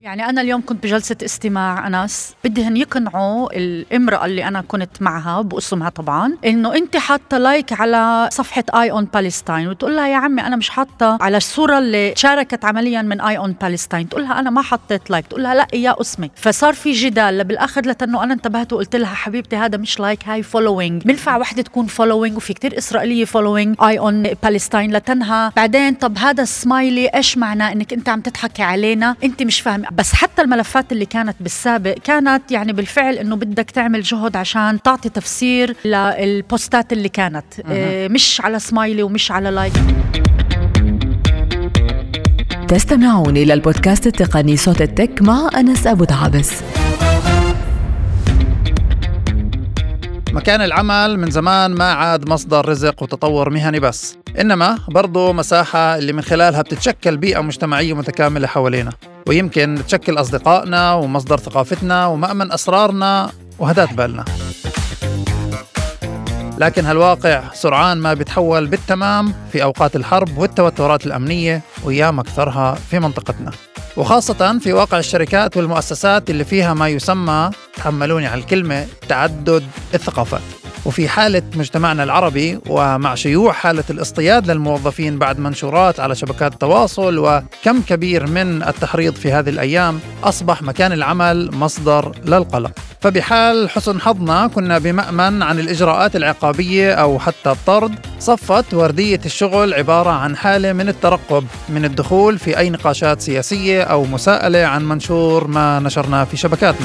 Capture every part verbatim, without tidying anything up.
يعني أنا اليوم كنت بجلسة استماع أنس، بدهن يقنعوا الامرأة اللي أنا كنت معها بقسمها طبعا إنه أنت حاطة لايك على صفحة آي أون بالستاين، وتقول لها يا عمي أنا مش حاطة على الصورة اللي شاركت عمليا من آي أون بالستاين، تقول لها أنا ما حطيت لايك، تقول لها لا يا اسمي. فصار في جدال بالآخر لتنه أنا انتبهت وقلت لها حبيبتي هذا مش لايك، هاي فولوينج. منفع وحدة تكون فولوينج وفي كتير إسرائيلية فولوينج آي أون بالستاين لتنها بعدين طب هذا السمايلي إيش معناه؟ إنك أنت عم تضحكي علينا، أنت مش فاهم. بس حتى الملفات اللي كانت بالسابق كانت يعني بالفعل انه بدك تعمل جهد عشان تعطي تفسير للبوستات اللي كانت اه مش على سمايلي ومش على لايك. تستمعون إلى البودكاست التقني صوت التك مع أنس أبو دعابس. مكان العمل من زمان ما عاد مصدر رزق وتطور مهني بس، إنما برضو مساحة اللي من خلالها بتتشكل بيئة مجتمعية متكاملة حوالينا، ويمكن تشكل أصدقائنا ومصدر ثقافتنا ومأمن أسرارنا وهدات بالنا. لكن هالواقع سرعان ما بيتحول بالتمام في أوقات الحرب والتوترات الأمنية، وأيام أكثرها في منطقتنا، وخاصة في واقع الشركات والمؤسسات اللي فيها ما يسمى، تحملوني على الكلمة، تعدد الثقافات. وفي حالة مجتمعنا العربي ومع شيوع حالة الاصطياد للموظفين بعد منشورات على شبكات التواصل وكم كبير من التحريض في هذه الأيام، أصبح مكان العمل مصدر للقلق. فبحال حسن حظنا كنا بمأمن عن الإجراءات العقابية أو حتى الطرد، صفت وردية الشغل عبارة عن حالة من الترقب من الدخول في أي نقاشات سياسية أو مساءلة عن منشور ما نشرناه في شبكاتنا.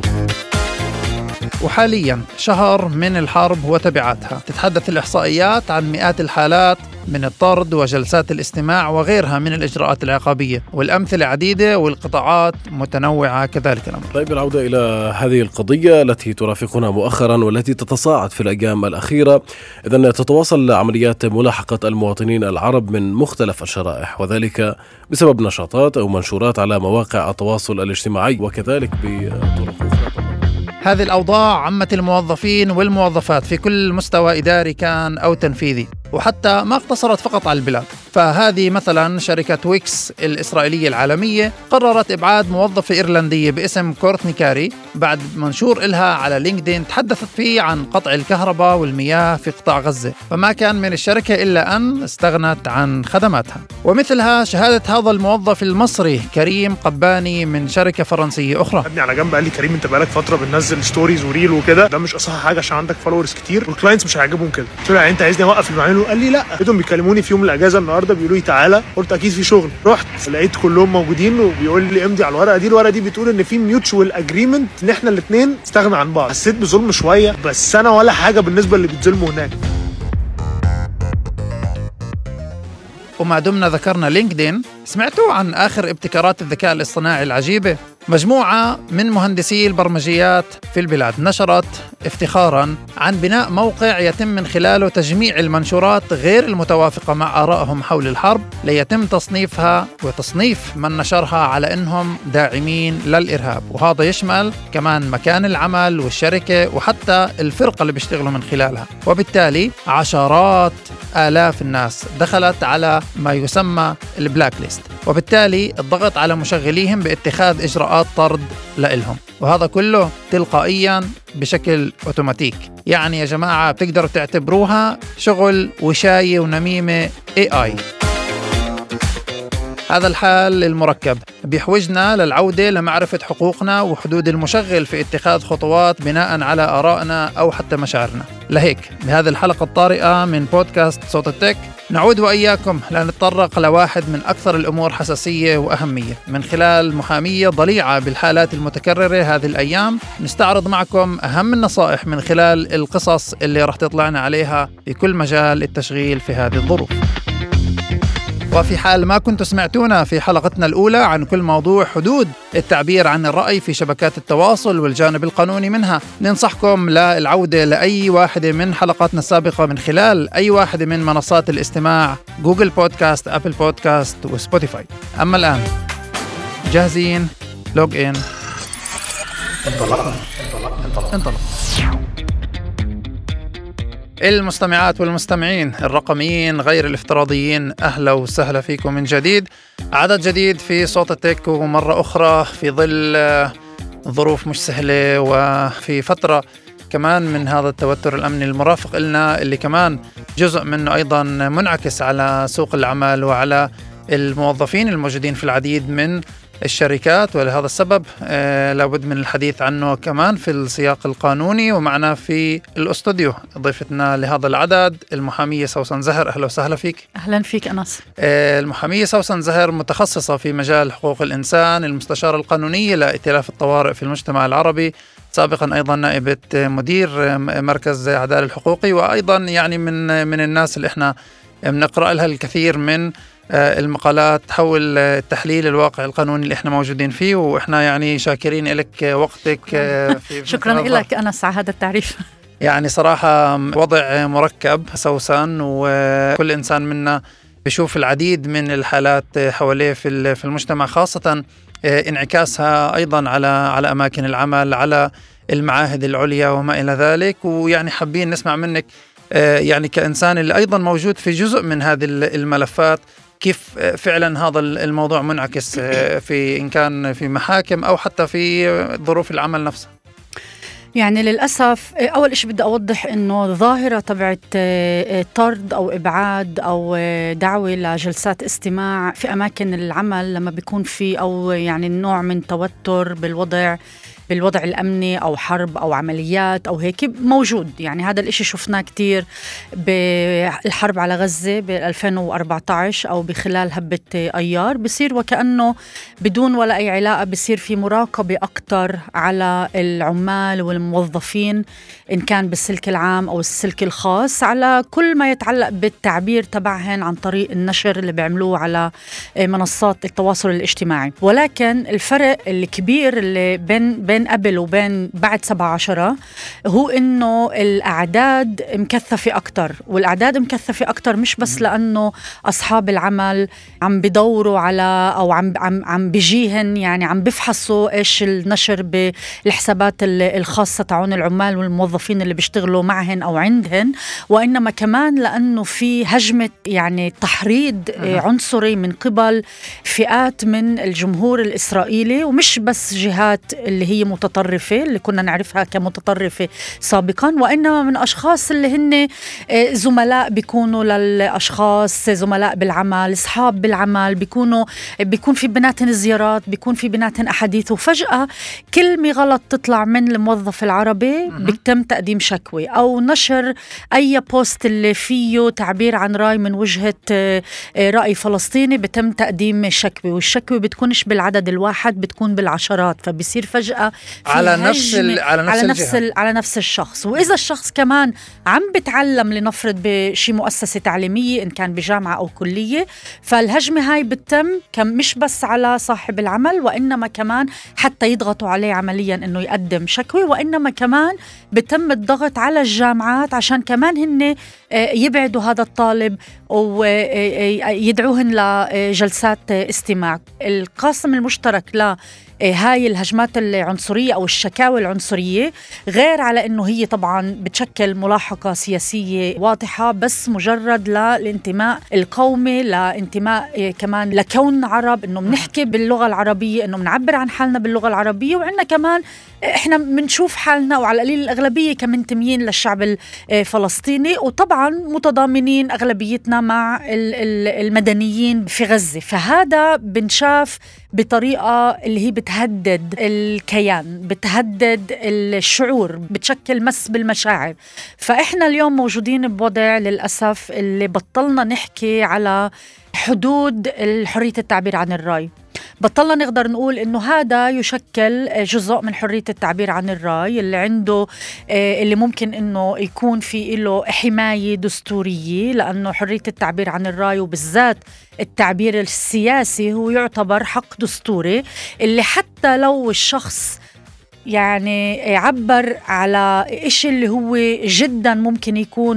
وحالياً شهر من الحرب وتبعاتها، تتحدث الإحصائيات عن مئات الحالات من الطرد وجلسات الاستماع وغيرها من الإجراءات العقابية، والأمثلة عديدة والقطاعات متنوعة كذلك الأمر. طيب، العودة إلى هذه القضية التي ترافقنا مؤخرا والتي تتصاعد في الأيام الأخيرة. إذن تتواصل عمليات ملاحقة المواطنين العرب من مختلف الشرائح، وذلك بسبب نشاطات أو منشورات على مواقع التواصل الاجتماعي وكذلك بطرق أخرى. هذه الأوضاع عمت الموظفين والموظفات في كل مستوى إداري كان أو تنفيذي، وحتى ما اقتصرت فقط على البلاد. فهذه مثلا شركة ويكس الإسرائيلية العالمية قررت إبعاد موظفة إيرلندية باسم كورتني كاري بعد منشور إلها على لينكدين تحدثت فيه عن قطع الكهرباء والمياه في قطاع غزة، فما كان من الشركة إلا أن استغنت عن خدماتها. ومثلها شهادة هذا الموظف المصري كريم قباني من شركة فرنسية أخرى. ابني على جنب قال لي كريم انت بقالك فترة بننزل ستوريز وريل وكده، ده مش أصح حاجة عشان عندك فولورز كتير والكلاينتس مش هيعجبهم كده. قلت له يعني انت عايزني اوقف اللي بعمله؟ قال لي لا. لقيتهم بيكلموني في يوم الاجازه النهارده بيقولوا لي تعالى، قلت اكيد في شغل. رحت لقيت كلهم موجودين وبيقول لي امضي على الورقه دي. الورقه دي بتقول ان في ميوتشوال اجريمنت ان احنا الاثنين استغنى عن بعض. حسيت بظلم شويه، بس انا ولا حاجه بالنسبه اللي بيتظلموا هناك. وما دمنا ذكرنا لينكدين، سمعتوا عن آخر ابتكارات الذكاء الاصطناعي العجيبة؟ مجموعة من مهندسي البرمجيات في البلاد نشرت افتخاراً عن بناء موقع يتم من خلاله تجميع المنشورات غير المتوافقة مع آرائهم حول الحرب ليتم تصنيفها وتصنيف من نشرها على أنهم داعمين للإرهاب. وهذا يشمل كمان مكان العمل والشركة وحتى الفرقة اللي بيشتغلوا من خلالها. وبالتالي عشرات آلاف الناس دخلت على ما يسمى البلاك ليست، وبالتالي الضغط على مشغليهم باتخاذ إجراءات طرد لإلهم، وهذا كله تلقائيا بشكل أوتوماتيك. يعني يا جماعة بتقدروا تعتبروها شغل وشاية ونميمة إيه آي. هذا الحال المركب بيحوجنا للعودة لمعرفة حقوقنا وحدود المشغل في اتخاذ خطوات بناء على آرائنا أو حتى مشاعرنا. لهيك بهذه الحلقة الطارئة من بودكاست صوت التك نعود وإياكم لنتطرق لواحد من أكثر الأمور حساسية وأهمية من خلال محامية ضليعة بالحالات المتكررة هذه الأيام. نستعرض معكم أهم النصائح من خلال القصص اللي رح تطلعنا عليها في كل مجال التشغيل في هذه الظروف. وفي حال ما كنتوا سمعتونا في حلقتنا الأولى عن كل موضوع حدود التعبير عن الرأي في شبكات التواصل والجانب القانوني منها، ننصحكم للعودة لأي واحدة من حلقاتنا السابقة من خلال أي واحدة من منصات الاستماع جوجل بودكاست، أبل بودكاست وسبوتيفاي. أما الآن جاهزين؟ لوج إن. انطلقنا انطلقنا انطلقنا المستمعات والمستمعين الرقميين غير الافتراضيين، أهلا وسهلا فيكم من جديد. عدد جديد في صوت التك، ومرة أخرى في ظل ظروف مش سهلة وفي فترة كمان من هذا التوتر الأمني المرافق لنا، اللي كمان جزء منه أيضا منعكس على سوق العمل وعلى الموظفين الموجودين في العديد من الشركات. ولهذا السبب آه لابد من الحديث عنه كمان في السياق القانوني. ومعنا في الاستوديو ضيفتنا لهذا العدد المحامية سوسن زهر. أهلا وسهلا فيك. أهلا فيك أنس. آه المحامية سوسن زهر متخصصة في مجال حقوق الإنسان، المستشارة القانونية لائتلاف الطوارئ في المجتمع العربي، سابقا أيضا نائبة مدير مركز عدالة الحقوقي، وأيضا يعني من من الناس اللي احنا بنقرأ لها الكثير من المقالات حول تحليل الواقع القانوني اللي احنا موجودين فيه. واحنا يعني شاكرين لك وقتك في شكرا لك أنس على هذا التعريف. يعني صراحة وضع مركب سوسن، وكل إنسان منا بيشوف العديد من الحالات حواليه في في المجتمع، خاصة انعكاسها أيضا على على أماكن العمل، على المعاهد العليا وما إلى ذلك. ويعني حابين نسمع منك يعني كإنسان اللي أيضا موجود في جزء من هذه الملفات، كيف فعلا هذا الموضوع منعكس في إن كان في محاكم أو حتى في ظروف العمل نفسها. يعني للأسف أول إشي بدي أوضح إنه ظاهرة تبعت طرد أو إبعاد أو دعوة لجلسات استماع في أماكن العمل لما بيكون في أو يعني نوع من توتر بالوضع بالوضع الأمني أو حرب أو عمليات أو هيك موجود. يعني هذا الإشي شفناه كتير بالحرب على غزة ب ألفين وأربعة عشر أو بخلال هبة أيار، بصير وكأنه بدون ولا أي علاقة بصير في مراقبة أكتر على العمال والموظفين، إن كان بالسلك العام أو السلك الخاص، على كل ما يتعلق بالتعبير تبعهن عن طريق النشر اللي بيعملوه على منصات التواصل الاجتماعي. ولكن الفرق الكبير اللي بين بين قبل وبين بعد سبعة عشر هو إنه الأعداد مكثفة أكتر، والأعداد مكثفة أكتر مش بس لأنه أصحاب العمل عم بدوروا على أو عم عم عم بيجيهن يعني عم بفحصوا إيش النشر بالحسابات الخاصة تعون العمال والموظفين اللي بيشتغلوا معهن أو عندهن، وإنما كمان لأنه في هجمة يعني تحريض عنصري من قبل فئات من الجمهور الإسرائيلي، ومش بس جهات اللي هي متطرفة اللي كنا نعرفها كمتطرفة سابقا، وإنما من أشخاص اللي هن زملاء بيكونوا للأشخاص، زملاء بالعمل، أصحاب بالعمل، بيكونوا بيكون في بيناتن زيارات، بيكون في بيناتن أحاديث، وفجأة كلمة غلط تطلع من الموظف العربي بيتم تقديم شكوى أو نشر أي بوست اللي فيه تعبير عن رأي من وجهة رأي فلسطيني بيتم تقديم شكوى، والشكوى بتكونش بالعدد الواحد، بتكون بالعشرات، فبيصير فجأة على نفس ال... على نفس على نفس, ال... على نفس الشخص. وإذا الشخص كمان عم بتعلم لنفرض بشي مؤسسة تعليمية إن كان بجامعة أو كلية، فالهجمة هاي بتتم كم مش بس على صاحب العمل، وإنما كمان حتى يضغطوا عليه عمليا إنه يقدم شكوى، وإنما كمان بتم الضغط على الجامعات عشان كمان هن يبعدوا هذا الطالب ويدعوهن لجلسات استماع. القاسم المشترك لا هاي الهجمات العنصرية أو الشكاوى العنصرية، غير على أنه هي طبعا بتشكل ملاحقة سياسية واضحة، بس مجرد للانتماء القومي، لانتماء كمان لكون عرب، أنه بنحكي باللغة العربية، أنه بنعبر عن حالنا باللغة العربية، وعندنا كمان إحنا بنشوف حالنا وعلى القليل الأغلبية كمنتميين للشعب الفلسطيني، وطبعا متضامنين أغلبيتنا مع المدنيين في غزة. فهذا بنشاف بطريقة اللي هي بتهدد الكيان، بتهدد الشعور، بتشكل مس بالمشاعر. فإحنا اليوم موجودين بوضع للأسف اللي بطلنا نحكي على حدود حرية التعبير عن الرأي، بطلنا نقدر نقول إنه هذا يشكل جزء من حرية التعبير عن الرأي اللي عنده اللي ممكن إنه يكون في له حماية دستورية، لأنه حرية التعبير عن الرأي وبالذات التعبير السياسي هو يعتبر حق دستوري، اللي حتى لو الشخص يعني يعبر على إشي اللي هو جدا ممكن يكون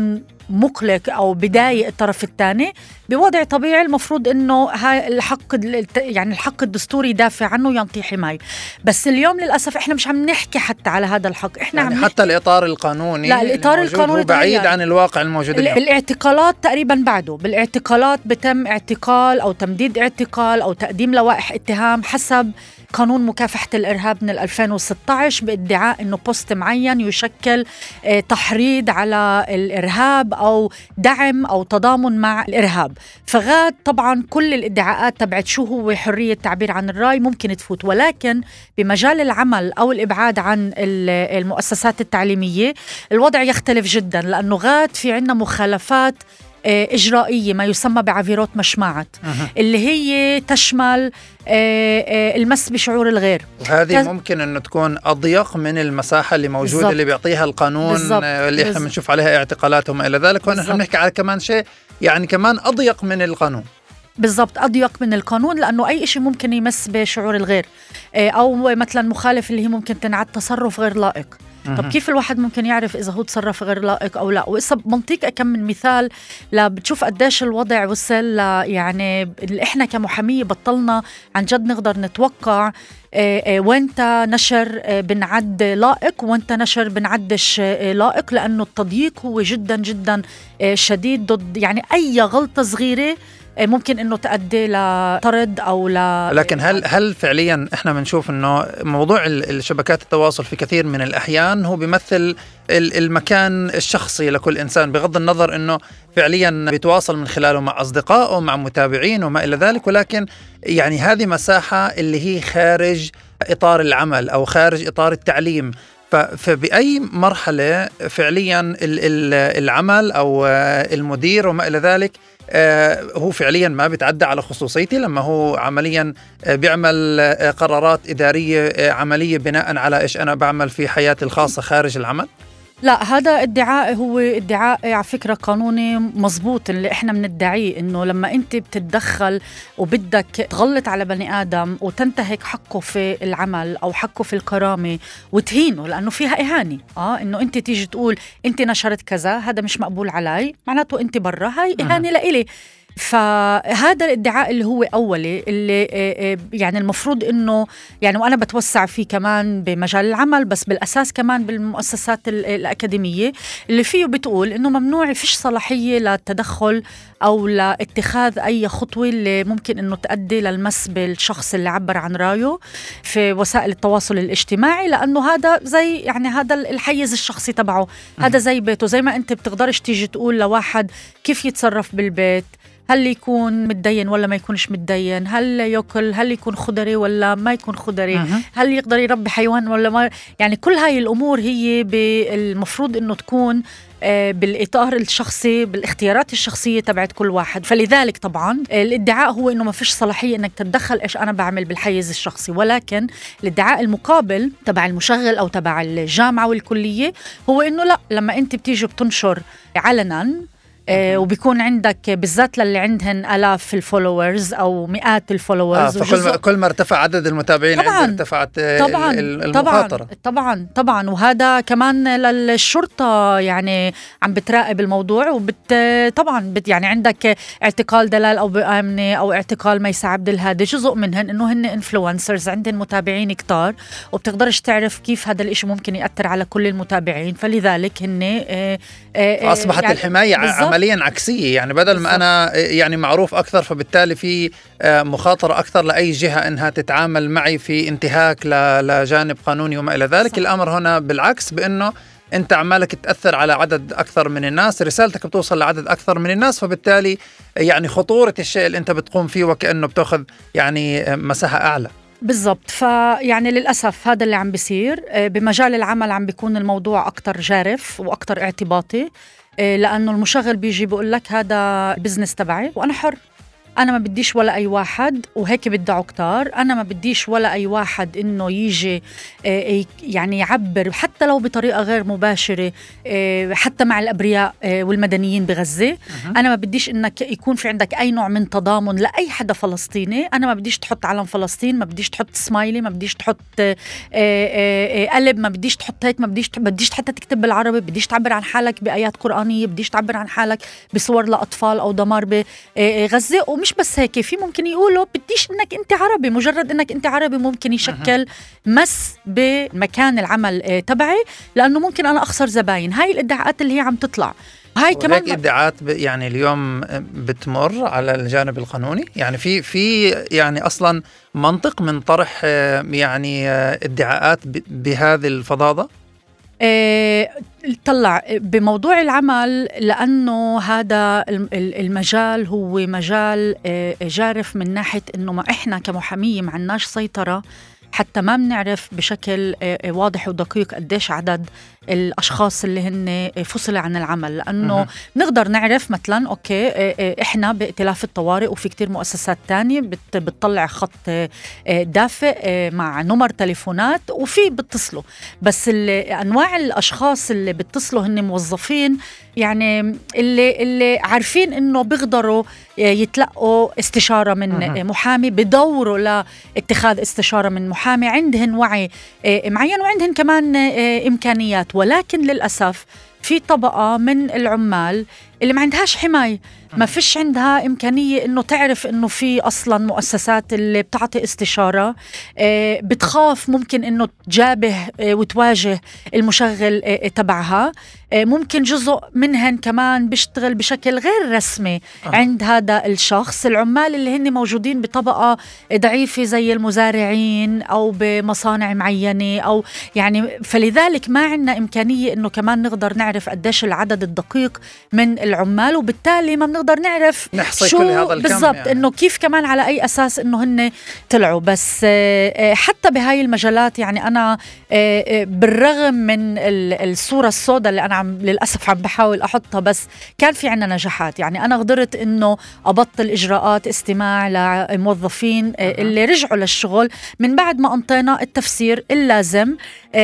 مقلق أو بداية الطرف الثاني بوضع طبيعي المفروض إنه هاي الحق يعني الحق الدستوري يدافع عنه ينطي حماية. بس اليوم للأسف إحنا مش عم نحكي حتى على هذا الحق، إحنا يعني عم حتى الإطار القانوني لا الإطار القانوني بعيد تغير. عن الواقع الموجود اليوم. بالاعتقالات تقريبا بعده بالاعتقالات بتم اعتقال أو تمديد اعتقال أو تقديم لوائح اتهام حسب قانون مكافحة الإرهاب من ألفين وستة عشر بادعاء أنه بوست معين يشكل تحريض على الإرهاب أو دعم أو تضامن مع الإرهاب. فغاد طبعا كل الادعاءات تبعت شو هو حرية التعبير عن الرأي ممكن تفوت، ولكن بمجال العمل أو الإبعاد عن المؤسسات التعليمية الوضع يختلف جدا، لأنه غاد في عنا مخالفات إجرائية ما يسمى بعفيرات مشمعت اللي هي تشمل المس بشعور الغير، وهذه تز... ممكن أنه تكون أضيق من المساحة اللي موجودة بالزبط. اللي بيعطيها القانون بالزبط. اللي احنا بنشوف عليها اعتقالات وما إلى ذلك، ونحن بنحكي على كمان شيء يعني كمان أضيق من القانون. بالضبط أضيق من القانون، لأنه أي شيء ممكن يمس بشعور الغير أو مثلا مخالف اللي هي ممكن تنعد تصرف غير لائق. طب كيف الواحد ممكن يعرف إذا هو تصرف غير لائق أو لا؟ وإسا بمنطيق كم من مثال لبتشوف قديش الوضع وصل يعني اللي إحنا كمحامية بطلنا عن جد نقدر نتوقع وانت نشر بنعد لائق وانت نشر بنعدش لائق، لأنه التضييق هو جدا جدا شديد ضد يعني أي غلطة صغيرة ممكن انه تؤدي لطرد او لا. لكن هل هل فعليا احنا بنشوف انه موضوع الشبكات التواصل في كثير من الاحيان هو بيمثل المكان الشخصي لكل انسان، بغض النظر انه فعليا بيتواصل من خلاله مع اصدقائه مع متابعين وما الى ذلك، ولكن يعني هذه مساحة اللي هي خارج اطار العمل او خارج اطار التعليم. فبأي مرحلة فعليا العمل أو المدير وما إلى ذلك هو فعليا ما بيتعدى على خصوصيتي لما هو عمليا بيعمل قرارات إدارية عملية بناء على إيش أنا بعمل في حياتي الخاصة خارج العمل؟ لا، هذا ادعاء هو ادعاء على فكرة قانوني مزبوط اللي احنا بندعيه، انه لما انت بتتدخل وبدك تغلط على بني آدم وتنتهك حقه في العمل او حقه في الكرامة وتهينه لانه فيها اهانة، اه انه انت تيجي تقول انت نشرت كذا هذا مش مقبول علي، معناته انت برا، هاي اهانة لإلي. فهذا الادعاء اللي هو أولي اللي يعني المفروض إنه يعني وأنا بتوسع فيه كمان بمجال العمل بس بالأساس كمان بالمؤسسات الأكاديمية اللي فيه بتقول إنه ممنوع فيش صلاحية للتدخل أو لاتخاذ أي خطوة اللي ممكن إنه تؤدي للمس بالشخص اللي عبر عن رأيه في وسائل التواصل الاجتماعي، لأنه هذا زي يعني هذا الحيز الشخصي تبعه، هذا زي بيته. زي ما أنت بتقدرش تيجي تقول لواحد كيف يتصرف بالبيت، هل يكون متدين ولا ما يكونش متدين، هل يأكل، هل يكون خضري ولا ما يكون خضري، أه. هل يقدر يربي حيوان ولا ما، يعني كل هاي الأمور هي بالمفروض إنه تكون بالإطار الشخصي بالاختيارات الشخصية تبعت كل واحد. فلذلك طبعا الادعاء هو إنه ما فيش صلاحية إنك تتدخل إيش أنا بعمل بالحيز الشخصي، ولكن الادعاء المقابل تبع المشغل أو تبع الجامعة والكلية هو إنه لا، لما أنت بتيجي بتنشر علنا آه وبيكون عندك بالذات للي عندهن آلاف الفولورز أو مئات الفولورز، آه فكل ما كل ما ارتفع عدد المتابعين طبعاً ارتفعت طبعاً المخاطرة. طبعاً طبعاً طبعاً وهذا كمان للشرطة يعني عم بتراقب الموضوع، وبت طبعاً بت يعني عندك اعتقال دلال أو بآمنة أو اعتقال ميساء عبد الهادي، جزء منهن إنه هن إنفلونسرز عندهم متابعين كتار وبتقدرش تعرف كيف هذا الإشي ممكن يأثر على كل المتابعين، فلذلك هن آه آه أصبحت يعني الحماية عمليا عكسية، يعني بدل ما أنا يعني معروف أكثر فبالتالي في مخاطرة أكثر لأي جهة أنها تتعامل معي في انتهاك لجانب قانوني وما إلى ذلك. صح. الأمر هنا بالعكس، بأنه أنت عمالك تأثر على عدد أكثر من الناس، رسالتك بتوصل لعدد أكثر من الناس، فبالتالي يعني خطورة الشيء اللي أنت بتقوم فيه وكأنه بتأخذ يعني مساحة أعلى. بالضبط. فيعني للأسف هذا اللي عم بيصير بمجال العمل، عم بيكون الموضوع أكتر جارف وأكتر اعتباطي، لأنه المشغل بيجي بيقول لك هذا بزنس تبعي وأنا حر، أنا ما بديش ولا أي واحد وهيك بدعوا كتار، أنا ما بديش ولا أي واحد إنه يجي يعني يعبر حتى لو بطريقة غير مباشرة حتى مع الأبرياء والمدنيين بغزة. أنا ما بديش إنك يكون في عندك أي نوع من تضامن لأي حدا فلسطيني. أنا ما بديش تحط علم فلسطين، ما بديش تحط سمايلي، ما بديش تحط قلب، ما بديش تحط هيك، ما بديش ما بديش حتى تكتب بالعربي، بديش تعبر عن حالك بآيات قرآنية، بديش تعبر عن حالك بصور لأطفال أو دمار بغزة. ومش بس هيك، في ممكن يقولوا بديش إنك أنت عربي، مجرد إنك أنت عربي ممكن يشكل مس بمكان العمل تبعي، لأنه ممكن أنا أخسر زباين. هاي الادعاءات اللي هي عم تطلع، هاي كمان ادعاءات يعني اليوم بتمر على الجانب القانوني. يعني في في يعني أصلا منطق من طرح يعني ادعاءات بهذه الفظاظة. إيه طلع بموضوع العمل، لأنه هذا المجال هو مجال جارف من ناحية إنه ما إحنا كمحامية ما عناش سيطرة، حتى ما بنعرف بشكل واضح ودقيق قديش عدد الأشخاص اللي هن فصلوا عن العمل. لأنه نقدر نعرف مثلا أوكي إحنا بائتلاف الطوارئ وفي كتير مؤسسات تانية بتطلع خط دافئ مع نمر تليفونات وفي بتصلوا، بس أنواع الأشخاص اللي بتصلوا هن موظفين يعني اللي, اللي عارفين إنه بيقدروا يتلقوا استشارة من محامي، بدوروا لاتخاذ استشارة من محامي، عندهن وعي معين وعندهن كمان إمكانيات. ولكن للأسف في طبقة من العمال اللي ما عندهاش حماية، ما فيش عندها إمكانية إنه تعرف إنه في أصلاً مؤسسات اللي بتعطي استشارة، بتخاف ممكن إنه تجابه وتواجه المشغل تبعها. ممكن جزء منهن كمان بيشتغل بشكل غير رسمي عند هذا الشخص. العمال اللي هن موجودين بطبقة ضعيفة زي المزارعين أو بمصانع معينة أو يعني، فلذلك ما عندنا إمكانية إنه كمان نقدر نعرف قديش العدد الدقيق من العمال، وبالتالي ما بنقدر نعرف شو بالضبط يعني. إنه كيف كمان على أي أساس إنه هن طلعوا. بس حتى بهاي المجالات يعني أنا بالرغم من الصورة السوداء اللي أنا عم للأسف عم بحاول أحطها، بس كان في عنا نجاحات. يعني أنا قدرت إنه أبطل إجراءات استماع لموظفين اللي رجعوا للشغل من بعد ما أنطينا التفسير اللازم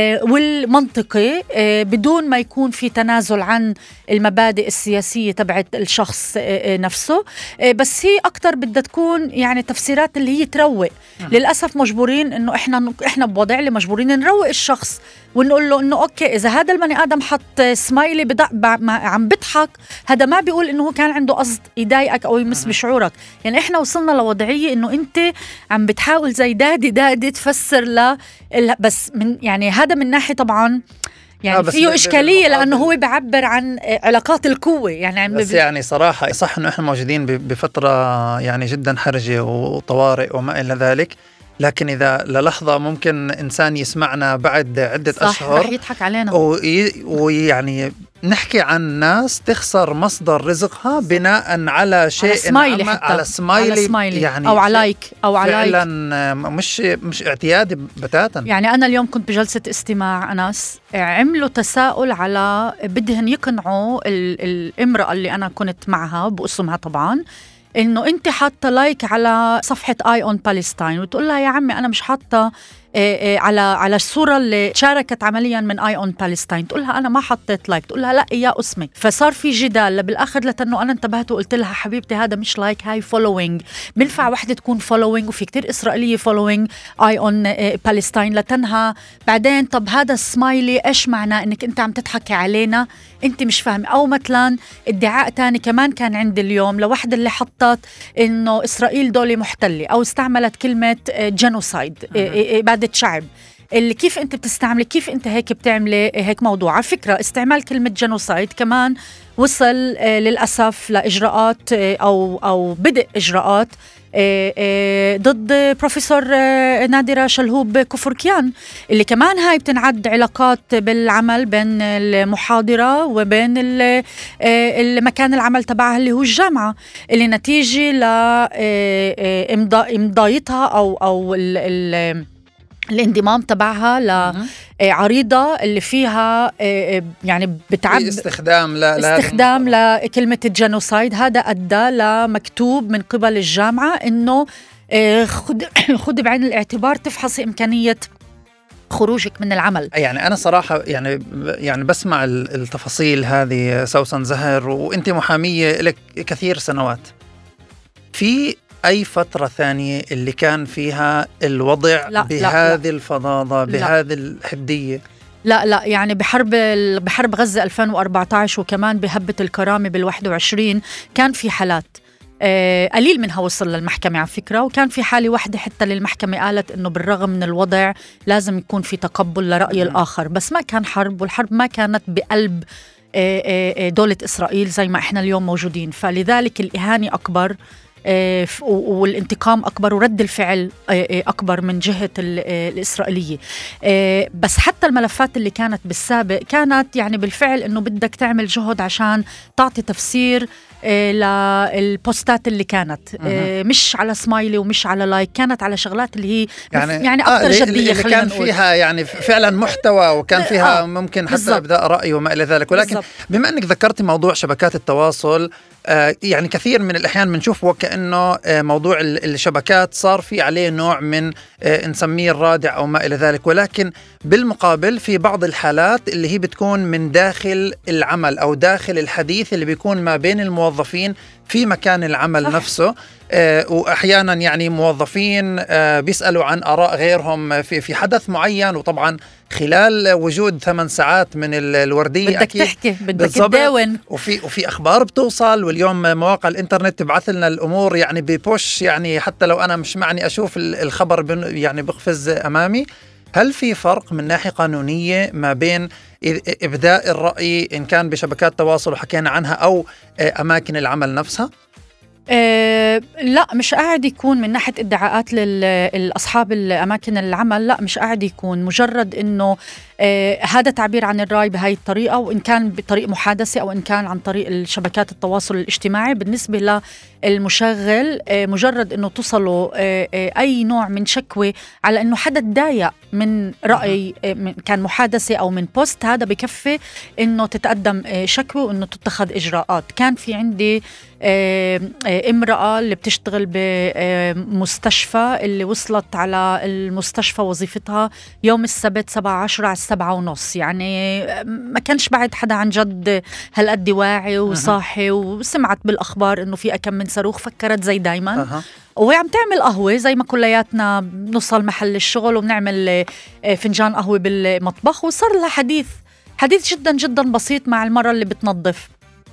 والمنطقي بدون ما يكون في تنازل عن المبادئ السياسية تبعت الشخص نفسه. بس هي أكتر بدها تكون يعني تفسيرات اللي هي تروق. للأسف مجبورين إنه إحنا إحنا بوضع اللي مجبورين نروق الشخص ونقول له إنه أوكي إذا هذا البني آدم حط سمايلي بدأ عم بضحك، هذا ما بيقول إنه هو كان عنده قصد يضايقك أو يمس بشعورك. يعني إحنا وصلنا لوضعية إنه أنت عم بتحاول زي دادي دادي تفسر له، بس من يعني هذا من ناحية طبعاً يعني فيه إشكالية لأنه هو بيعبر عن علاقات القوة. يعني بس يعني صراحة صح إنه إحنا موجودين بفترة يعني جدا حرجة وطوارئ وما إلى ذلك، لكن إذا للحظة ممكن إنسان يسمعنا بعد عدة صح أشهر رح يضحك علينا وي ويعني نحكي عن ناس تخسر مصدر رزقها بناء على شيء على سمايلي حتى على سمايلي, على سمايلي يعني أو على لايك أو على فعلا مش مش اعتيادي بتاتا. يعني أنا اليوم كنت بجلسة استماع أناس عملوا تساؤل على بدهن يقنعوا الامرأة اللي أنا كنت معها بقسمها طبعا إنه أنت حاطة لايك على صفحة آي أون بالستاين، وتقول لها يا عمي أنا مش حاطة على على الصورة اللي شاركت عمليا من آي أون بالستاين. تقول لها أنا ما حطيت لايك، تقول لها لا يا اسمي. فصار في جدال بالآخر لأنه أنا انتبهت وقلت لها حبيبتي هذا مش لايك، هاي فولوينج. بنفع واحدة تكون فولوينج وفي كتير إسرائيلية فولوينج آي أون بالستاين لتنها بعدين طب هذا السمايلي إيش معناه؟ إنك أنت عم تضحكي علينا، أنت مش فاهم. أو مثلا ادعاء تاني كمان كان عندي اليوم لوحدة اللي حطت إنه إسرائيل دولة محتلة أو استعملت كلمة جينوسايد إبادة شعب. اللي كيف أنت بتستعملي، كيف أنت هيك بتعملي هيك موضوع. على فكرة استعمال كلمة جينوسايد كمان وصل للأسف لإجراءات أو أو بدء إجراءات ضد بروفيسور نادرة شلهوب كفركيان، اللي كمان هاي بتنعد علاقات بالعمل بين المحاضرة وبين المكان العمل تبعها اللي هو الجامعة، اللي نتيجة لإمضايتها أو أو ال الانضمام تبعها عريضة اللي فيها يعني بتعب استخدام لا استخدام لكلمة الجينوسايد. هذا أدى لمكتوب من قبل الجامعة إنه خد خد بعين الاعتبار تفحصي إمكانية خروجك من العمل. يعني أنا صراحة يعني يعني بسمع التفاصيل هذه سوسن زهر، وأنت محامية لك كثير سنوات. في أي فترة ثانية اللي كان فيها الوضع لا بهذه لا الفظاظة بهذه الحدية؟ لا لا يعني بحرب بحرب غزة ألفين وأربعة عشر وكمان بهبة الكرامة بالواحد وعشرين كان في حالات آه قليل منها وصل للمحكمة على فكرة، وكان في حالة واحدة حتى للمحكمة قالت إنه بالرغم من الوضع لازم يكون في تقبل لرأي الآخر، بس ما كان حرب، والحرب ما كانت بقلب آه دولة إسرائيل زي ما إحنا اليوم موجودين. فلذلك الإهانة أكبر والانتقام أكبر ورد الفعل أكبر من جهة الإسرائيلية. بس حتى الملفات اللي كانت بالسابق كانت يعني بالفعل أنه بدك تعمل جهد عشان تعطي تفسير للبوستات اللي كانت أه. مش على سمايلي ومش على لايك، كانت على شغلات اللي هي يعني, يعني أكثر آه جدية، اللي كان نقول. فيها يعني فعلا محتوى، وكان فيها آه. ممكن حتى بالزبط. إبداء رأي وما إلى ذلك. ولكن بالزبط. بما أنك ذكرتي موضوع شبكات التواصل، آه يعني كثير من الأحيان بنشوف وكأنه آه موضوع الشبكات صار في عليه نوع من آه نسميه الرادع أو ما إلى ذلك، ولكن بالمقابل في بعض الحالات اللي هي بتكون من داخل العمل أو داخل الحديث اللي بيكون ما بين الموظفين في مكان العمل صح. نفسه. آه وأحيانا يعني موظفين آه بيسألوا عن آراء غيرهم في في حدث معين، وطبعا خلال وجود ثمان ساعات من الوردية بدك أكيد تحكي بدك تداون، وفي وفي أخبار بتوصل، واليوم مواقع الإنترنت تبعث لنا الأمور يعني ببوش، يعني حتى لو أنا مش معني أشوف الخبر يعني بقفز أمامي. هل في فرق من ناحية قانونية ما بين إبداء الرأي إن كان بشبكات تواصل وحكينا عنها أو أماكن العمل نفسها؟ أه لا مش قاعد يكون من ناحية ادعاءات للأصحاب الأماكن العمل، لا مش قاعد يكون مجرد إنه أه هذا تعبير عن الرأي بهاي الطريقة، وإن كان بطريق محادثة أو إن كان عن طريق الشبكات التواصل الاجتماعي. بالنسبة للمشغل أه مجرد إنه تصلوا أه أه أي نوع من شكوى على إنه حدا تضايق من رأي أه من كان محادثة أو من بوست، هذا بكفي إنه تتقدم أه شكوى وإنه تتخذ إجراءات. كان في عندي أه امرأة اللي بتشتغل بمستشفى اللي وصلت على المستشفى وظيفتها يوم السبت سبعة عشر على السبعة ونص، يعني ما كانش بعد حدا عن جد هالقد واعي وصاحي، وسمعت بالأخبار إنه في أكم من صاروخ، فكرت زي دايما أه. وهي عم تعمل قهوة زي ما كلياتنا بنوصل محل الشغل وبنعمل فنجان قهوة بالمطبخ، وصار لها حديث حديث جدا جدا بسيط مع المرة اللي بتنظف.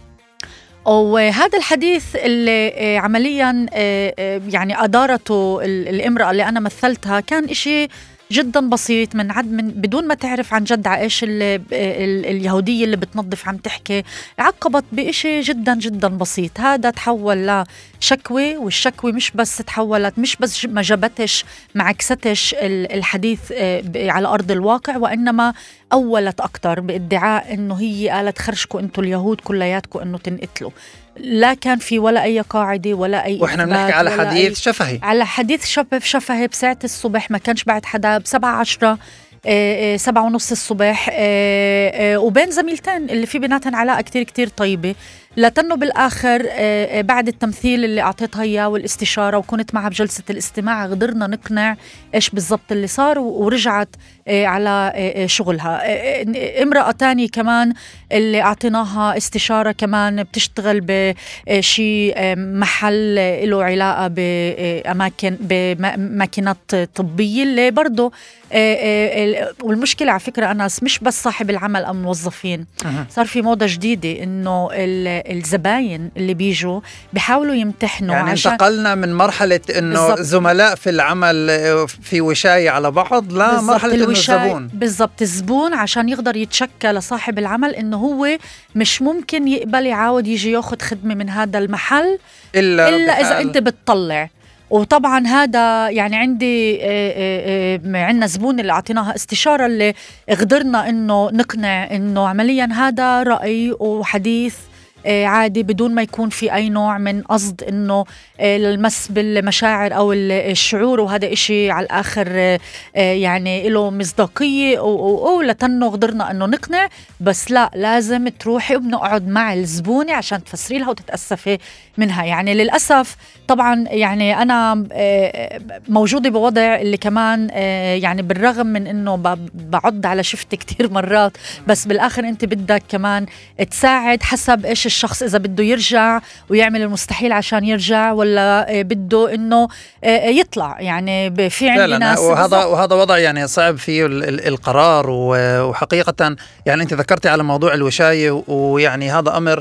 وهذا الحديث اللي عمليا يعني أدارته الامرأة اللي أنا مثلتها كان إشي جدا بسيط، من عد من بدون ما تعرف عن جد عايش اليهودية اللي بتنظف عم تحكي، عقبت بإشي جدا جدا بسيط. هذا تحول لشكوى، والشكوى مش بس تحولت مش بس ما جابتش ما عكستش الحديث على أرض الواقع، وإنما أولت أكتر بادعاء إنه هي قالت خرجكوا أنتوا اليهود كلياتكوا إنه تنقتلوا. لا كان في ولا أي قاعدة ولا أي، وإحنا بنحكي على حديث أي... شفهي على حديث شبه شفهي بساعة الصبح، ما كانش بعد حدا بسبعة عشرة آه آه سبعة ونص الصبح آه آه وبين زميلتين اللي في بيناتهم علاقة كتير كتير طيبة، لتنه بالآخر آه بعد التمثيل اللي أعطيتها إياه والاستشارة وكنت معها بجلسة الاستماع قدرنا نقنع إيش بالضبط اللي صار، ورجعت آه على آه شغلها. آه امرأة تانية كمان اللي أعطيناها استشارة كمان بتشتغل بشي آه محل له علاقة بأماكن بماكينات طبية اللي برضو آه آه والمشكلة على فكرة أناس مش بس صاحب العمل أو موظفين، صار في موضة جديدة إنه الزباين اللي بيجوا بيحاولوا يمتحنوا، يعني انتقلنا من مرحلة إنه زملاء في العمل في وشاية على بعض لا مرحلة إنه الزبون بالضبط الزبون عشان يقدر يتشكى لصاحب العمل إنه هو مش ممكن يقبل يعاود يجي ياخد خدمة من هذا المحل إلا, إلا إذا أنت بتطلع. وطبعا هذا يعني عندي عندنا زبون اللي أعطيناها استشارة اللي قدرنا إنه نقنع إنه عمليا هذا رأي وحديث عادي بدون ما يكون في أي نوع من قصد إنه المس بالمشاعر أو الشعور، وهذا إشي على الآخر يعني له مصداقية أو لتنه قدرنا إنه نقنع. بس لا، لازم تروحي وبنقعد مع الزبونة عشان تفسري لها وتتأسفي منها. يعني للأسف طبعا يعني أنا موجودة بوضع اللي كمان يعني بالرغم من إنه بعد على شفت كتير مرات، بس بالآخر أنت بدك كمان تساعد حسب إيش الشخص، إذا بده يرجع ويعمل المستحيل عشان يرجع ولا بده إنه يطلع. يعني في عندنا ناس وهذا وهذا وضع يعني صعب فيه القرار. وحقيقة يعني أنت ذكرتي على موضوع الوشاية، ويعني هذا أمر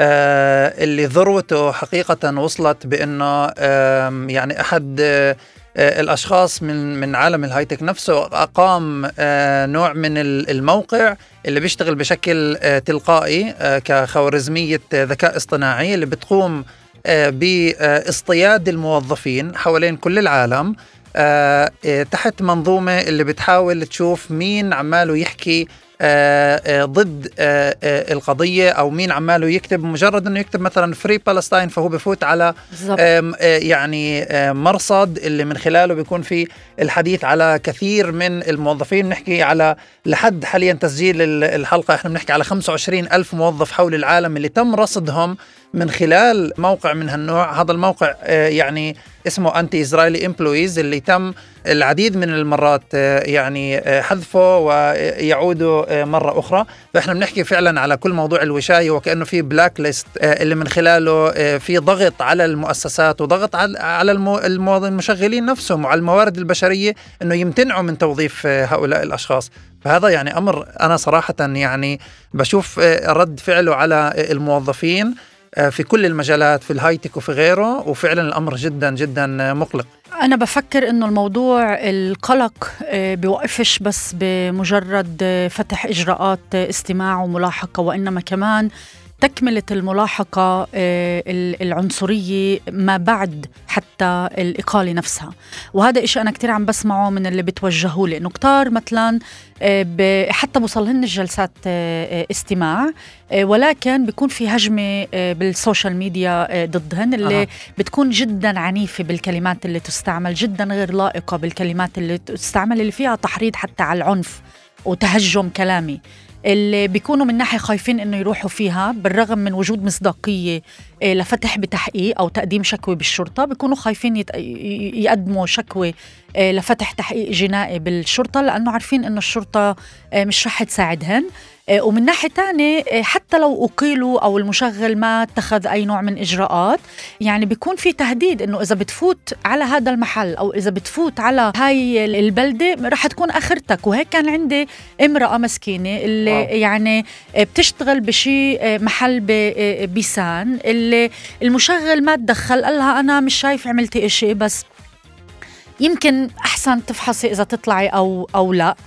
آه اللي ذروته حقيقة وصلت بأنه آه يعني أحد آه الأشخاص من من عالم الهايتك نفسه أقام آه نوع من الموقع اللي بيشتغل بشكل آه تلقائي آه كخوارزمية ذكاء اصطناعي اللي بتقوم آه باصطياد الموظفين حوالين كل العالم آه تحت منظومة اللي بتحاول تشوف مين عماله يحكي آه آه ضد آه آه القضية، أو مين عماله يكتب. مجرد أنه يكتب مثلا فري بالستاين فهو بفوت على آه آه يعني آه مرصد اللي من خلاله بيكون في الحديث على كثير من الموظفين. نحكي على لحد حاليا تسجيل الحلقة احنا بنحكي على خمسة وعشرين ألف موظف حول العالم اللي تم رصدهم من خلال موقع من هالنوع. هذا الموقع آه يعني اسمه أنتي إسرائيلي إمبلويز، اللي تم العديد من المرات يعني حذفه ويعودوا مرة أخرى. فإحنا بنحكي فعلا على كل موضوع الوشاية وكأنه في بلاك ليست اللي من خلاله في ضغط على المؤسسات وضغط على المشغلين نفسهم وعلى الموارد البشرية أنه يمتنعوا من توظيف هؤلاء الأشخاص. فهذا يعني أمر أنا صراحة يعني بشوف رد فعله على الموظفين في كل المجالات في الهايتك وفي غيره، وفعلا الأمر جدا جدا مقلق. أنا بفكر إنه الموضوع القلق بيوقفش بس بمجرد فتح إجراءات استماع وملاحقة، وإنما كمان تكملة الملاحقة العنصرية ما بعد حتى الإقالة نفسها. وهذا إشي أنا كتير عم بسمعه من اللي بتوجهوا لي، إنه كتار مثلا حتى بوصلهن الجلسات استماع، ولكن بيكون في هجمة بالسوشيال ميديا ضدهن اللي أه. بتكون جدا عنيفة بالكلمات اللي تستعمل، جدا غير لائقة بالكلمات اللي تستعمل، اللي فيها تحريض حتى على العنف وتهجم كلامي، اللي بيكونوا من ناحية خايفين إنه يروحوا فيها بالرغم من وجود مصداقية لفتح بتحقيق أو تقديم شكوى بالشرطة. بيكونوا خايفين يت... يقدموا شكوى لفتح تحقيق جنائي بالشرطة، لأنه عارفين إنه الشرطة مش رح تساعدهن. ومن ناحية تانية حتى لو أقيلوا أو المشغل ما اتخذ أي نوع من إجراءات، يعني بيكون في تهديد إنه إذا بتفوت على هذا المحل أو إذا بتفوت على هاي البلدة رح تكون آخرتك. وهيك كان عندي امرأة مسكينة اللي أوه. يعني بتشتغل بشي محل ببيسان، اللي المشغل ما تدخل، قال لها أنا مش شايف عملتي إشي، بس يمكن أحسن تفحصي إذا تطلعي أو, أو لا.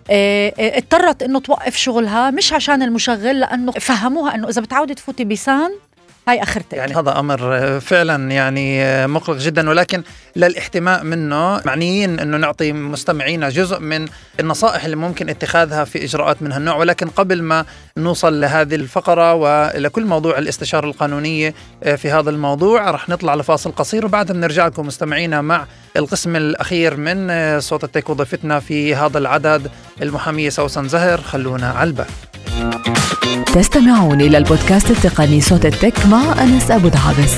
اضطرت انه توقف شغلها مش عشان المشغل، لانه فهموها انه اذا بتعودي تفوتي بيسان هاي اخرتك. يعني هذا امر فعلا يعني مقلق جدا، ولكن للاحتماء منه معنيين انه نعطي مستمعينا جزء من النصائح اللي ممكن اتخاذها في اجراءات من هالنوع. ولكن قبل ما نوصل لهذه الفقره ولكل موضوع الاستشاره القانونيه في هذا الموضوع، رح نطلع لفاصل قصير وبعدها بنرجع لكم مستمعينا مع القسم الاخير من صوت التك وضيفتنا في هذا العدد المحاميه سوسن زهر. خلونا على البال. تستمعون إلى البودكاست التقني صوت التك مع أنس أبو دعابس.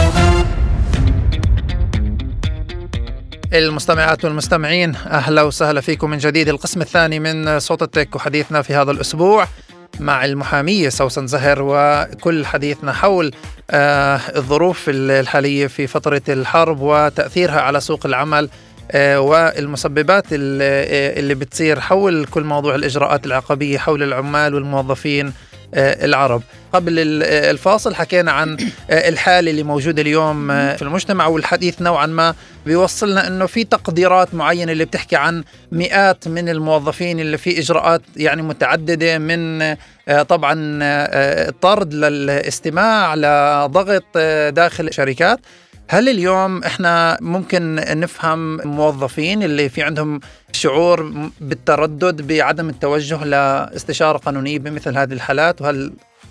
المستمعات والمستمعين، أهلا وسهلا فيكم من جديد. القسم الثاني من صوت التك وحديثنا في هذا الأسبوع مع المحامية سوسن زهر، وكل حديثنا حول آه الظروف الحالية في فترة الحرب وتأثيرها على سوق العمل والمسببات اللي بتصير حول كل موضوع الإجراءات العقابية حول العمال والموظفين العرب. قبل الفاصل حكينا عن الحالة اللي موجودة اليوم في المجتمع، والحديث نوعا ما بيوصلنا أنه في تقديرات معينة اللي بتحكي عن مئات من الموظفين اللي في إجراءات يعني متعددة، من طبعا طرد للاستماع لضغط داخل شركات. هل اليوم احنا ممكن نفهم موظفين اللي في عندهم شعور بالتردد بعدم التوجه لاستشارة قانونية بمثل هذه الحالات؟ وهل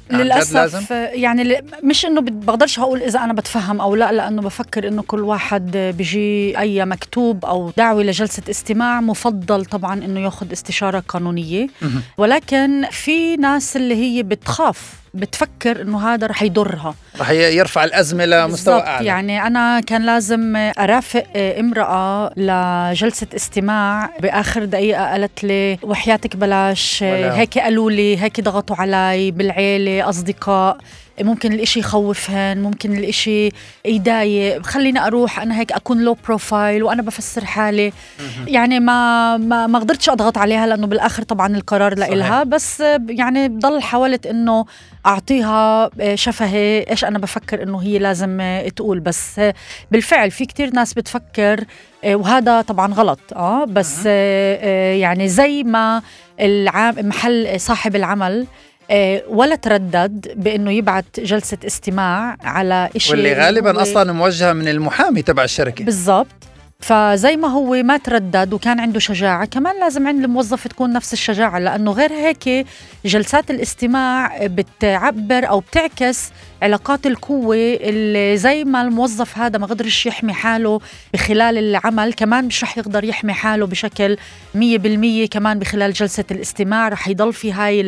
للأسف يعني مش إنه بقدرش هقول إذا أنا بتفهم أو لا، لأنه بفكر إنه كل واحد بيجي أي مكتوب أو دعوة لجلسة استماع مفضل طبعا إنه يأخذ استشارة قانونية، ولكن في ناس اللي هي بتخاف، بتفكر إنه هذا رح يضرها، رح يرفع الأزمة لمستوى أعلى. يعني أنا كان لازم أرافق امرأة لجلسة استماع، بآخر دقيقة قالت لي وحياتك بلاش، هيك قالوا لي، هيك ضغطوا علي بالعيلة، أصدقاء، ممكن الإشي يخوفهن، ممكن الإشي يضايق، خليني أروح أنا هيك أكون لو بروفايل وأنا بفسر حالي. يعني ما ما ما قدرتش أضغط عليها لأنه بالآخر طبعا القرار لإلها، بس يعني بضل حاولت إنه أعطيها شفهي إيش أنا بفكر إنه هي لازم تقول. بس بالفعل في كتير ناس بتفكر، وهذا طبعا غلط، آه بس يعني زي ما العام محل صاحب العمل ولا تردد بأنه يبعت جلسة استماع على إشي واللي غالباً أصلاً موجهة من المحامي تبع الشركة بالضبط، فزي ما هو ما تردد وكان عنده شجاعة، كمان لازم عند الموظف تكون نفس الشجاعة، لأنه غير هيك جلسات الاستماع بتعبر أو بتعكس علاقات القوة اللي زي ما الموظف هذا ما قدرش يحمي حاله بخلال العمل، كمان مش رح يقدر يحمي حاله بشكل مية بالمية كمان بخلال جلسة الاستماع. رح يضل في هاي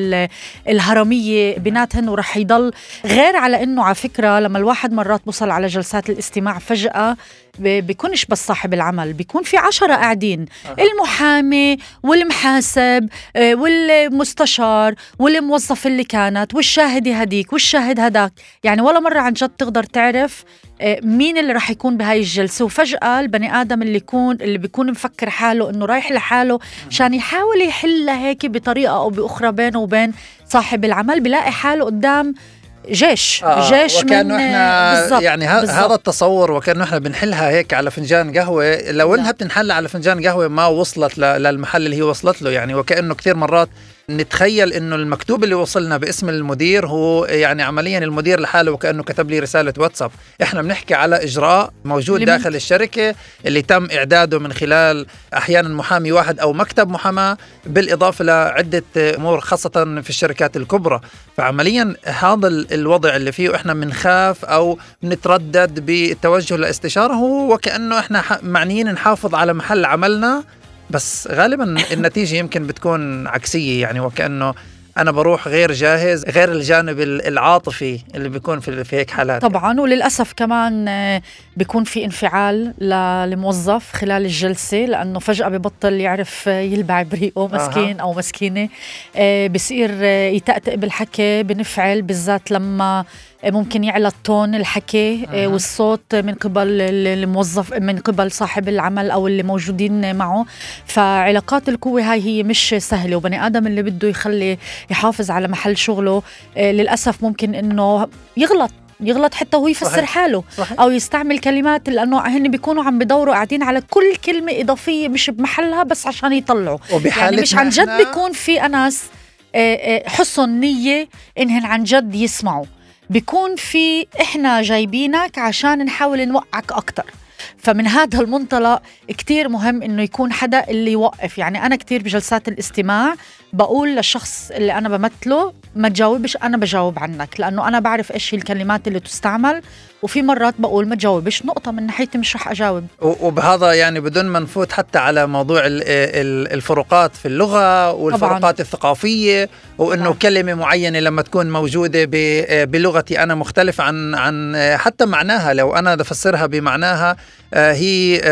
الهرمية بيناتهن، ورح يضل غير على إنه على فكرة لما الواحد مرات بوصل على جلسات الاستماع فجأة بيكونش بس صاحب العمل، بيكون في عشرة قاعدين، أه. المحامي والمحاسب والمستشار والموظف اللي كانت والشاهد هديك والشاهد هداك، يعني ولا مرة عن جد تقدر تعرف مين اللي راح يكون بهاي الجلسة. وفجأة البني آدم اللي يكون اللي بيكون مفكر حاله إنه رايح لحاله عشان يحاول يحلها هيك بطريقة أو بأخرى بينه وبين صاحب العمل، بيلاقي حاله قدام جيش آه جيش وكأنه من احنا بالزبط يعني هذا التصور، وكأنه احنا بنحلها هيك على فنجان قهوة، لو انها بتنحل على فنجان قهوة ما وصلت للمحل اللي هي وصلت له. يعني وكأنه كثير مرات نتخيل انه المكتوب اللي وصلنا باسم المدير هو يعني عمليا المدير لحاله، وكأنه كتب لي رسالة واتساب. احنا بنحكي على اجراء موجود داخل الشركة اللي تم اعداده من خلال احيانا محامي واحد او مكتب محاماة، بالاضافة لعدة امور خاصة في الشركات الكبرى. فعمليا هذا الوضع اللي فيه احنا بنخاف او بنتردد بالتوجه لاستشارة، هو وكأنه احنا معنيين نحافظ على محل عملنا، بس غالبا النتيجة يمكن بتكون عكسية. يعني وكأنه أنا بروح غير جاهز، غير الجانب العاطفي اللي بيكون في هيك حالات. طبعا وللأسف كمان بيكون في انفعال للموظف خلال الجلسة، لأنه فجأة ببطل يعرف يلبع بريقه مسكين أو مسكينة، بصير يتأتئ بالحكي، بنفعل بالذات لما ممكن يعلى التون الحكي أه. والصوت من قبل الموظف، من قبل صاحب العمل أو اللي موجودين معه. فعلاقات القوة هاي هي مش سهلة، وبني آدم اللي بده يخلي يحافظ على محل شغله أه للأسف ممكن إنه يغلط يغلط حتى وهو يفسر صحيح. حاله صحيح. أو يستعمل كلمات، لأنه هن بيكونوا عم بدوروا قاعدين على كل كلمة إضافية مش بمحلها بس عشان يطلعوا، يعني مش عن جد بيكون في ناس حسن نية إنهن عن جد يسمعوا، بيكون في إحنا جايبينك عشان نحاول نوقعك أكتر. فمن هذا المنطلق كتير مهم إنه يكون حدا اللي يوقف. يعني أنا كتير بجلسات الاستماع بقول للشخص اللي أنا بمثله ما تجاوبش، أنا بجاوب عنك، لأنه أنا بعرف إيش الكلمات اللي تستعمل، وفي مرات بقول ما تجاوبش، نقطة من ناحيتي مش رح أجاوب. وبهذا يعني بدون ما نفوت حتى على موضوع الفروقات في اللغة والفروقات طبعاً. الثقافية، وإنه طبعاً. كلمة معينة لما تكون موجودة بلغتي أنا مختلف عن عن حتى معناها، لو أنا بفسرها بمعناها هي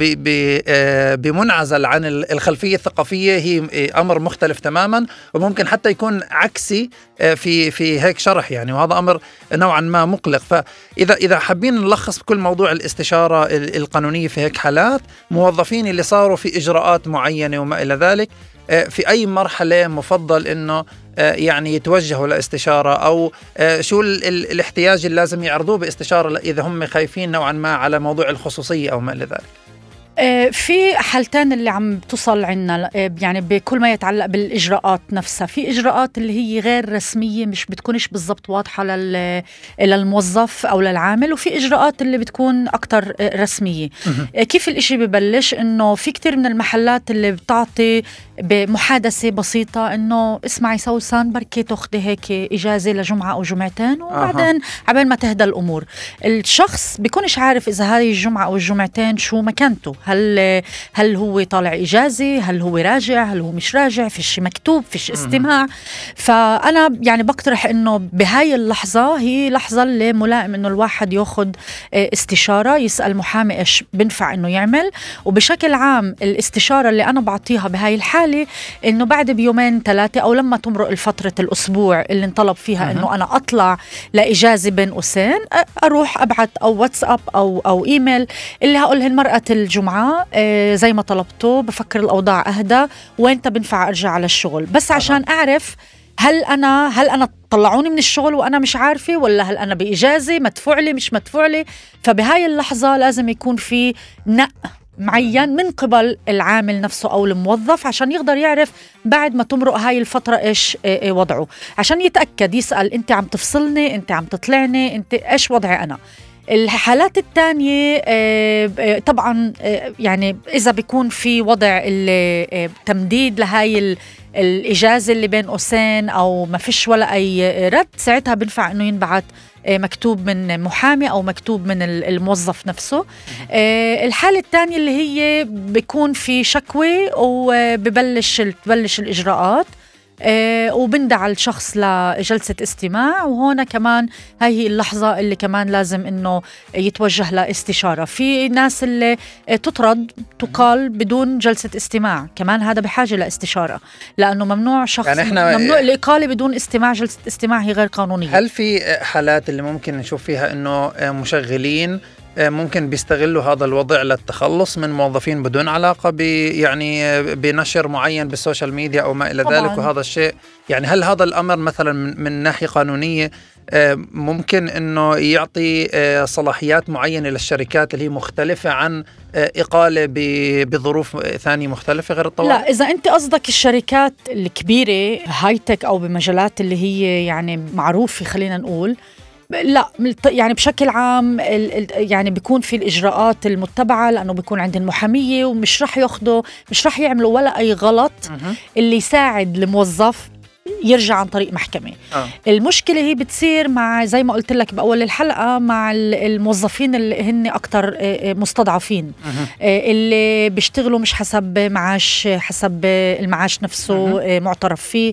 بمنعزل عن الخلفية الثقافية، هي أمر مختلف تماما، وممكن حتى يكون عكسي في في هيك شرح يعني، وهذا أمر نوعا ما مقلق. فإذا إذا حابين نلخص بكل موضوع الاستشارة القانونية في هيك حالات، موظفين اللي صاروا في إجراءات معينة وما إلى ذلك، في أي مرحلة مفضل إنه يعني يتوجهوا لاستشارة، أو شو الاحتياج اللي لازم يعرضوه باستشارة إذا هم خايفين نوعا ما على موضوع الخصوصية أو ما إلى ذلك؟ آه، في حالتين اللي عم بتصل عنا، آه، يعني بكل ما يتعلق بالإجراءات نفسها. في إجراءات اللي هي غير رسمية، مش بتكونش بالضبط واضحة لل- للموظف أو للعامل، وفي إجراءات اللي بتكون أكتر آه، رسمية. آه، كيف الإشي ببلش؟ إنه في كتير من المحلات اللي بتعطي بمحادثة بسيطة إنه اسمعي سوسن، بركي تاخدي هيك إجازة لجمعة أو جمعتين، وبعدين عبال ما تهدى الأمور. الشخص بيكونش عارف إذا هذه الجمعة أو الجمعتين شو مكانته، هل هل هو طالع إجازة، هل هو راجع، هل هو مش راجع، فيش مكتوب، فيش استماع. فأنا يعني بقترح إنه بهاي اللحظة هي لحظة اللي ملائم إنه الواحد ياخد استشارة، يسأل محامي إيش بنفع إنه يعمل. وبشكل عام الاستشارة اللي أنا بعطيها بهاي الحالة إنه بعد بيومين ثلاثة أو لما تمرق الفترة الأسبوع اللي انطلب فيها إنه أنا أطلع لإجازة بين قوسين، أروح أبعت أو واتساب أو أو إيميل اللي هقولهن مرقة الجمعة آه زي ما طلبته، بفكر الأوضاع أهدى، وين بنفع أرجع على الشغل، بس عشان أعرف هل أنا هل أنا طلعوني من الشغل وأنا مش عارفة، ولا هل أنا بإجازة مدفوع لي مش مدفوع لي. فبهاي اللحظة لازم يكون في نق معين من قبل العامل نفسه أو الموظف عشان يقدر يعرف بعد ما تمرق هاي الفترة إيش وضعه، عشان يتأكد يسأل أنت عم تفصلني، أنت عم تطلعني، أنت إيش وضعي أنا. الحالات الثانية طبعا يعني إذا بيكون في وضع التمديد لهاي الإجازة اللي بين قوسين أو ما فيش ولا أي رد، ساعتها بنفع إنه ينبعت مكتوب من محامي أو مكتوب من الموظف نفسه. الحالة الثانية اللي هي بيكون في شكوى وببلش تبلش الإجراءات، آه وبندع الشخص لجلسة استماع، وهنا كمان هاي هي اللحظة اللي كمان لازم إنه يتوجه لاستشارة. في ناس اللي تطرد تقال بدون جلسة استماع، كمان هذا بحاجة لاستشارة، لأنه ممنوع شخص يعني ممنوع الإقالة بدون استماع. جلسة استماع هي غير قانونية. هل في حالات اللي ممكن نشوف فيها إنه مشغلين ممكن بيستغلوا هذا الوضع للتخلص من موظفين بدون علاقة ب يعني بنشر معين بالسوشيال ميديا أو ما إلى طبعاً. ذلك، وهذا الشيء يعني هل هذا الأمر مثلا من, من ناحية قانونية ممكن أنه يعطي صلاحيات معينة للشركات اللي هي مختلفة عن إقالة بظروف ثانية مختلفة غير الطوارئ؟ لا، إذا أنت قصدك الشركات الكبيرة هايتك أو بمجالات اللي هي يعني معروفة خلينا نقول، لا يعني بشكل عام يعني بيكون في الإجراءات المتبعة، لأنه بيكون عندهم محامية ومش رح ياخدوا مش رح يعملوا ولا أي غلط اللي يساعد الموظف يرجع عن طريق محكمة. أه. المشكلة هي بتصير مع زي ما قلت لك بأول الحلقة مع الموظفين اللي هن أكتر مستضعفين، أه. اللي بيشتغلوا مش حسب معاش حسب المعاش نفسه أه. معترف فيه،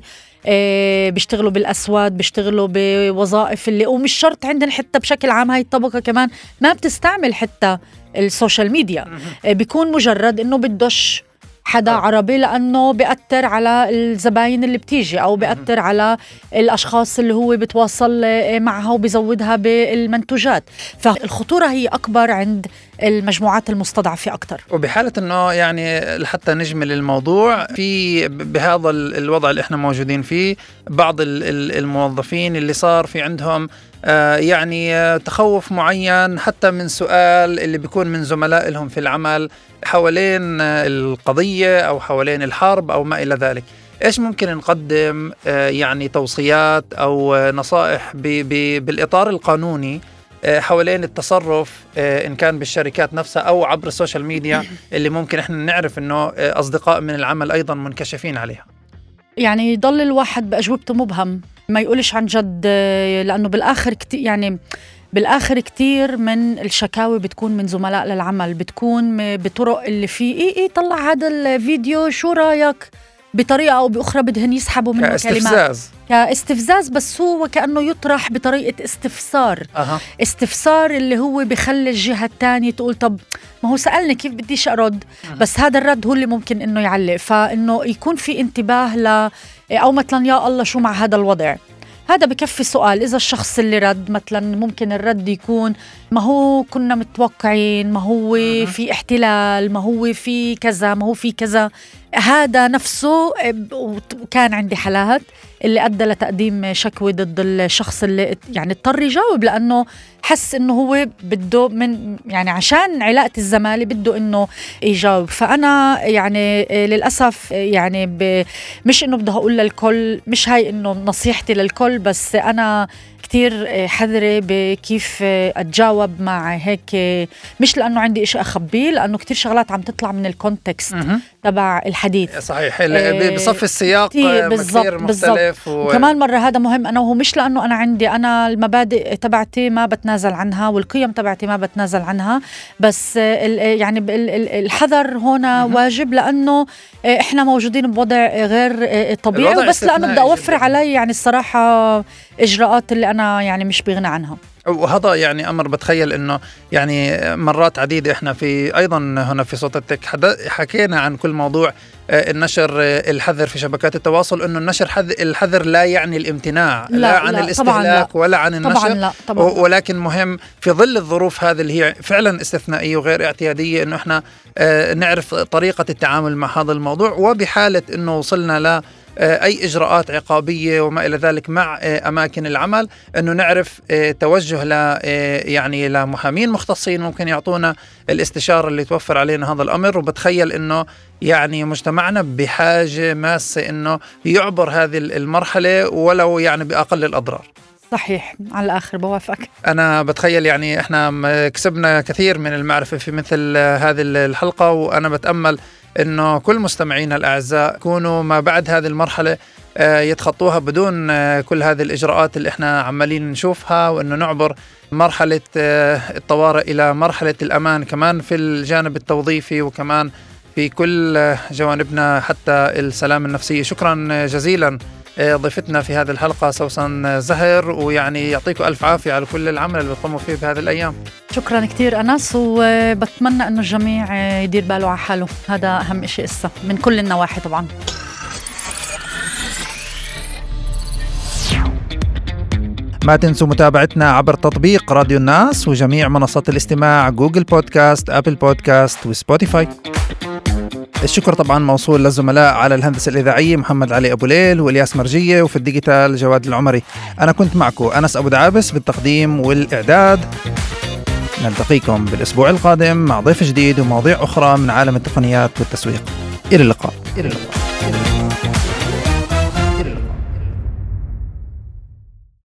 آه بيشتغلوا بالأسود، بيشتغلوا بوظائف اللي ومش شرط عندنا حتى بشكل عام هاي الطبقة كمان ما بتستعمل حتى السوشيال ميديا، آه بيكون مجرد إنه بدوش حدا عربي لأنه بيأثر على الزباين اللي بتيجي أو بيأثر على الأشخاص اللي هو بتواصل معها وبيزودها بالمنتوجات. فالخطورة هي أكبر عند المجموعات المستضعفة أكتر. وبحالة أنه يعني حتى نجمل الموضوع في بهذا الوضع اللي إحنا موجودين فيه، بعض الموظفين اللي صار في عندهم آه يعني آه تخوف معين حتى من سؤال اللي بيكون من زملاء لهم في العمل حوالين آه القضية أو حوالين الحرب أو ما إلى ذلك. إيش ممكن نقدم آه يعني توصيات أو آه نصائح بالإطار القانوني آه حوالين التصرف آه إن كان بالشركات نفسها أو عبر السوشيال ميديا اللي ممكن إحنا نعرف إنه آه أصدقاء من العمل أيضا منكشفين عليها؟ يعني يضل الواحد بأجوبته مبهم، ما يقولش عن جد، لأنه بالآخر كتير يعني بالآخر كتير من الشكاوي بتكون من زملاء للعمل، بتكون بطرق اللي فيه إيه إيه طلع هذا الفيديو شو رأيك، بطريقة أو بأخرى بدهن يسحبوا منه كاستفزاز. كلمات كاستفزاز، بس هو كأنه يطرح بطريقة استفسار. أه. استفسار اللي هو بخلي الجهة الثانية تقول طب ما هو سألني كيف بديش أرد. أه. بس هذا الرد هو اللي ممكن إنه يعلق، فإنه يكون في انتباه ل أو مثلا يا الله شو مع هذا الوضع، هذا بكفي سؤال. إذا الشخص اللي رد مثلا ممكن الرد يكون ما هو كنا متوقعين، ما هو في احتلال، ما هو في كذا، ما هو في كذا، هذا نفسه وكان عندي حالات اللي أدى لتقديم شكوى ضد الشخص اللي يعني اضطر يجاوب، لأنه حس إنه هو بده من يعني عشان علاقة الزمالة بده إنه يجاوب. فأنا يعني للأسف يعني مش إنه بدها أقول للكل، مش هاي إنه نصيحتي للكل، بس أنا كتير حذرة بكيف أتجاوب مع هيك، مش لأنه عندي إشي أخبيه، لأنه كتير شغلات عم تطلع من الكونتكست تبع الحديث. صحيح، بصف السياق كتير مختلف و... وكمان مرة هذا مهم أنا وهو، مش لأنه أنا عندي أنا المبادئ تبعتي ما بتنازل عنها والقيم تبعتي ما بتنازل عنها، بس يعني الحذر هنا واجب، لأنه إحنا موجودين بوضع غير طبيعي، بس لأنه بدي أوفر علي يعني الصراحة إجراءات اللي أنا يعني مش بغنى عنها. وهذا يعني أمر بتخيل إنه يعني مرات عديدة إحنا في أيضا هنا في صوت التك حكينا عن كل موضوع النشر الحذر في شبكات التواصل، إنه النشر الحذر لا يعني الامتناع، لا, لا عن لا الاستهلاك لا ولا عن النشر، طبعاً لا طبعاً. ولكن مهم في ظل الظروف هذه اللي هي فعلا استثنائية وغير اعتيادية إنه إحنا نعرف طريقة التعامل مع هذا الموضوع، وبحالة إنه وصلنا ل أي إجراءات عقابية وما إلى ذلك مع أماكن العمل، أنه نعرف توجه ل يعني لمحامين مختصين ممكن يعطونا الاستشارة اللي توفر علينا هذا الأمر. وبتخيل أنه يعني مجتمعنا بحاجة ماسة أنه يعبر هذه المرحلة ولو يعني بأقل الأضرار. صحيح، على الآخر بوافقك. أنا بتخيل يعني إحنا كسبنا كثير من المعرفة في مثل هذه الحلقة، وأنا بتأمل إنه كل مستمعينا الأعزاء يكونوا ما بعد هذه المرحلة يتخطوها بدون كل هذه الإجراءات اللي إحنا عمالين نشوفها، وإنه نعبر مرحلة الطوارئ إلى مرحلة الأمان كمان في الجانب التوظيفي وكمان في كل جوانبنا حتى السلام النفسي. شكرا جزيلا ضيفتنا في هذه الحلقة سوسن زهر، ويعني يعطيكم ألف عافية على كل العمل اللي بتقوموا فيه بهذه الأيام. شكرا كتير أنس، وبتمنى أنه الجميع يدير باله على حاله، هذا أهم شيء إسا من كل النواحي طبعا. ما تنسوا متابعتنا عبر تطبيق راديو الناس وجميع منصات الاستماع جوجل بودكاست، أبل بودكاست وسبوتيفاي. الشكر طبعا موصول للزملاء على الهندسة الإذاعية محمد علي أبو ليل والياس مرجية، وفي الديجيتال جواد العمري. أنا كنت معكم أنس أبو دعابس بالتقديم والإعداد. نلتقيكم بالأسبوع القادم مع ضيف جديد ومواضيع أخرى من عالم التقنيات والتسويق. إلى اللقاء. إلى اللقاء.